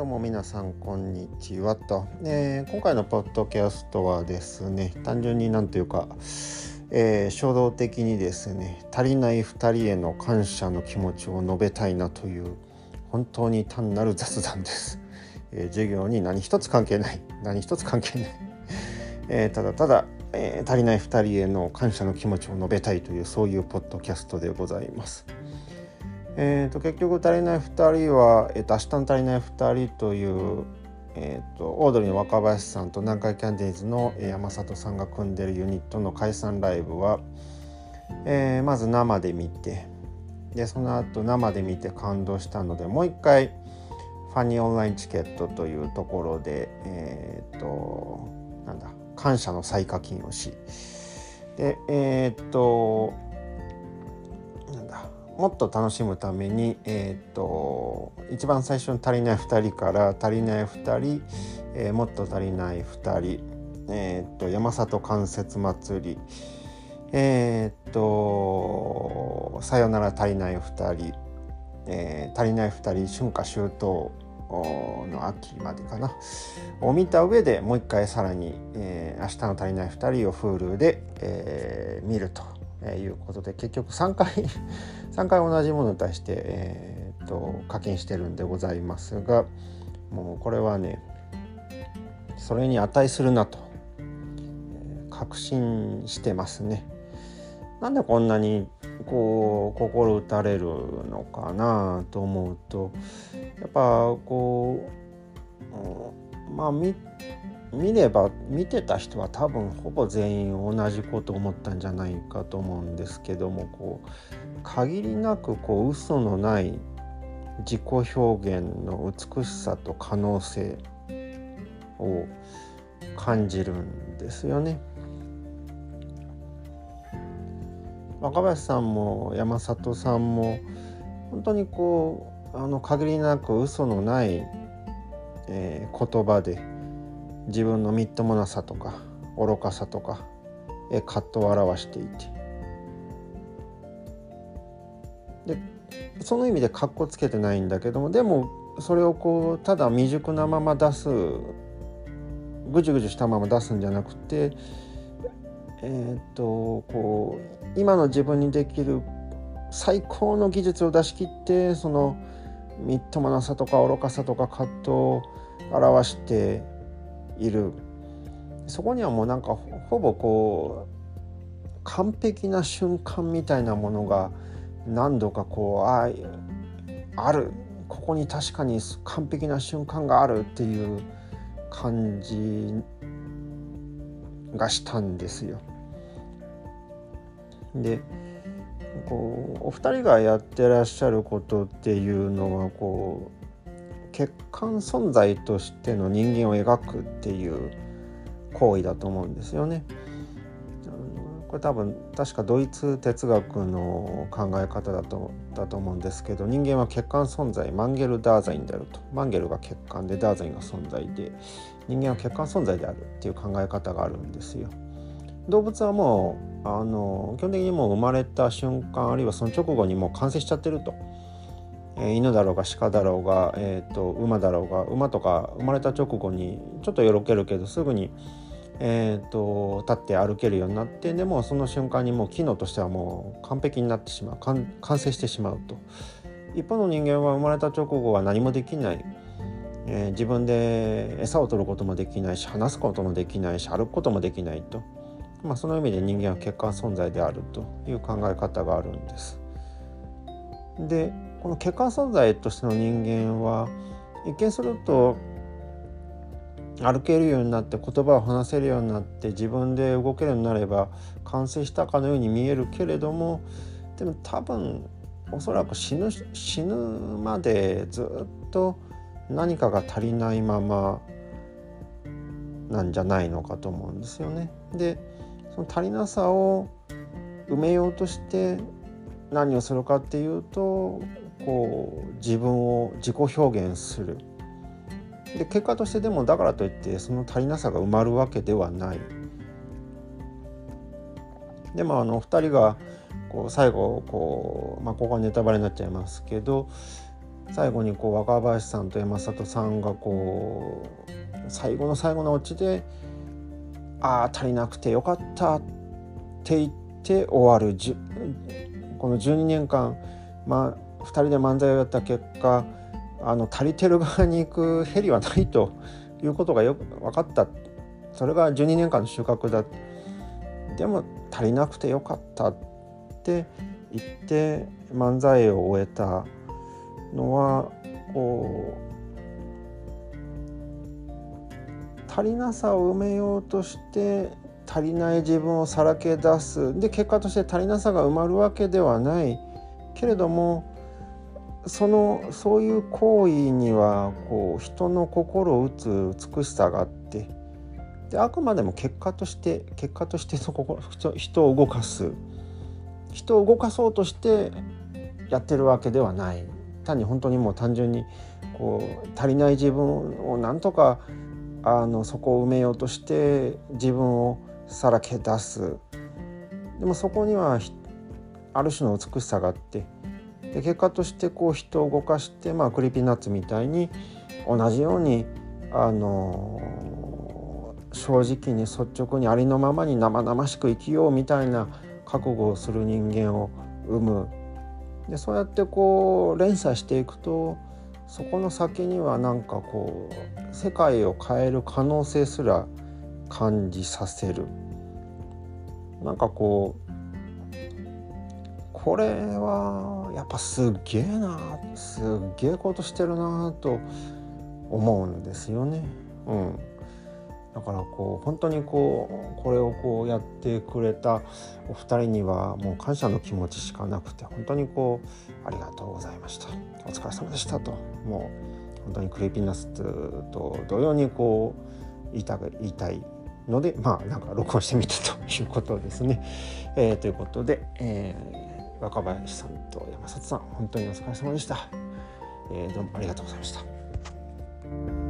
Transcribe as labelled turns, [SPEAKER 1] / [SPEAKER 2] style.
[SPEAKER 1] どうも皆さんこんにちはと、今回のポッドキャストはですね、単純になんというか、衝動的にですね、足りない2人への感謝の気持ちを述べたいなという本当に単なる雑談です。授業に何一つ関係ない、ただただ、足りない2人への感謝の気持ちを述べたいというそういうポッドキャストでございます。結局足りない2人は、明日の足りない2人という、オードリーの若林さんと南海キャンディーズの山里さんが組んでいるユニットの解散ライブは、まず生で見て、でその後生で見て感動したので、もう一回ファニーオンラインチケットというところで、感謝の再課金をし、でもっと楽しむために、一番最初に足りない2人から足りない2人、もっと足りない2人、山里関節祭り、さよなら足りない2人、足りない2人春夏秋冬の秋までかなを見た上で、もう一回さらに、明日の足りない2人を Hulu で、見るということで、結局3回同じものに対して、課金してるんでございますが、もうこれはね、それに値するなと、確信してますね。なんでこんなにこう心打たれるのかなと思うと、やっぱこう、見てた人は多分ほぼ全員同じことを思ったんじゃないかと思うんですけども、限りなく嘘のない自己表現の美しさと可能性を感じるんですよね。若林さんも山里さんも本当に限りなく嘘のない、言葉で自分のみっともなさとか愚かさとか、葛藤を表していて、でその意味でカッコつけてないんだけども、でもそれをただ未熟なまま出す、ぐじゅぐじゅしたまま出すんじゃなくて、今の自分にできる最高の技術を出し切って、そのみっともなさとか愚かさとか葛藤を表している。そこにはもうほぼ完璧な瞬間みたいなものが何度かある、ここに確かに完璧な瞬間があるっていう感じがしたんですよ。でお二人がやってらっしゃることっていうのは客観存在としての人間を描くっていう行為だと思うんですよね。これ確かドイツ哲学の考え方だと思うんですけど、人間は客観存在、マンゲル・ダーザインであると。マンゲルが客観でダーザインが存在で、人間は客観存在であるっていう考え方があるんですよ。動物はもう基本的にもう生まれた瞬間、あるいはその直後にもう完成しちゃってると。犬だろうが鹿だろうが、馬だろうが、馬とか生まれた直後にちょっとよろけるけどすぐに、立って歩けるようになって、でもその瞬間にもう機能としてはもう完璧になってしまう、完成してしまうと。一方の人間は生まれた直後は何もできない、自分で餌を取ることもできないし、話すこともできないし、歩くこともできないと。その意味で人間は客観存在であるという考え方があるんです。でこの客観存在としての人間は一見すると歩けるようになって、言葉を話せるようになって、自分で動けるようになれば完成したかのように見えるけれども、でも多分おそらく死ぬまでずっと何かが足りないままなんじゃないのかと思うんですよね。でその足りなさを埋めようとして何をするかっていうと、自分を自己表現する。で結果としてでもだからといってその足りなさが埋まるわけではない。でも2人が最後ここはネタバレになっちゃいますけど、 最後に若林さんと山里さんが最後の最後のオチで足りなくてよかったって言って終わるこの12年間、2人で漫才をやった結果足りてる側に行くヘリはないということがよく分かった。それが12年間の収穫だ。でも足りなくてよかったって言って漫才を終えたのは足りなさを埋めようとして足りない自分をさらけ出す。で結果として足りなさが埋まるわけではないけれども、そういう行為には人の心を打つ美しさがあって、であくまでも結果として人を動かそうとしてやってるわけではない。単に本当にもう単純に足りない自分をなんとかそこを埋めようとして自分をさらけ出す。でもそこにはある種の美しさがあって、で結果として人を動かして、クリーピーナッツみたいに同じように正直に率直にありのままに生々しく生きようみたいな覚悟をする人間を生む。でそうやって連鎖していくと、そこの先にはなんか世界を変える可能性すら感じさせる。なんかこれはやっぱすっげえことしてるなと思うんですよね。だから本当にこれをやってくれたお二人にはもう感謝の気持ちしかなくて、本当にありがとうございました、お疲れ様でしたと、もう本当にクリーピーナッツと同様に言いたいので、なんか録音してみたということですね。ということで、若林さんと山里さん、本当にお疲れ様でした。どうもありがとうございました。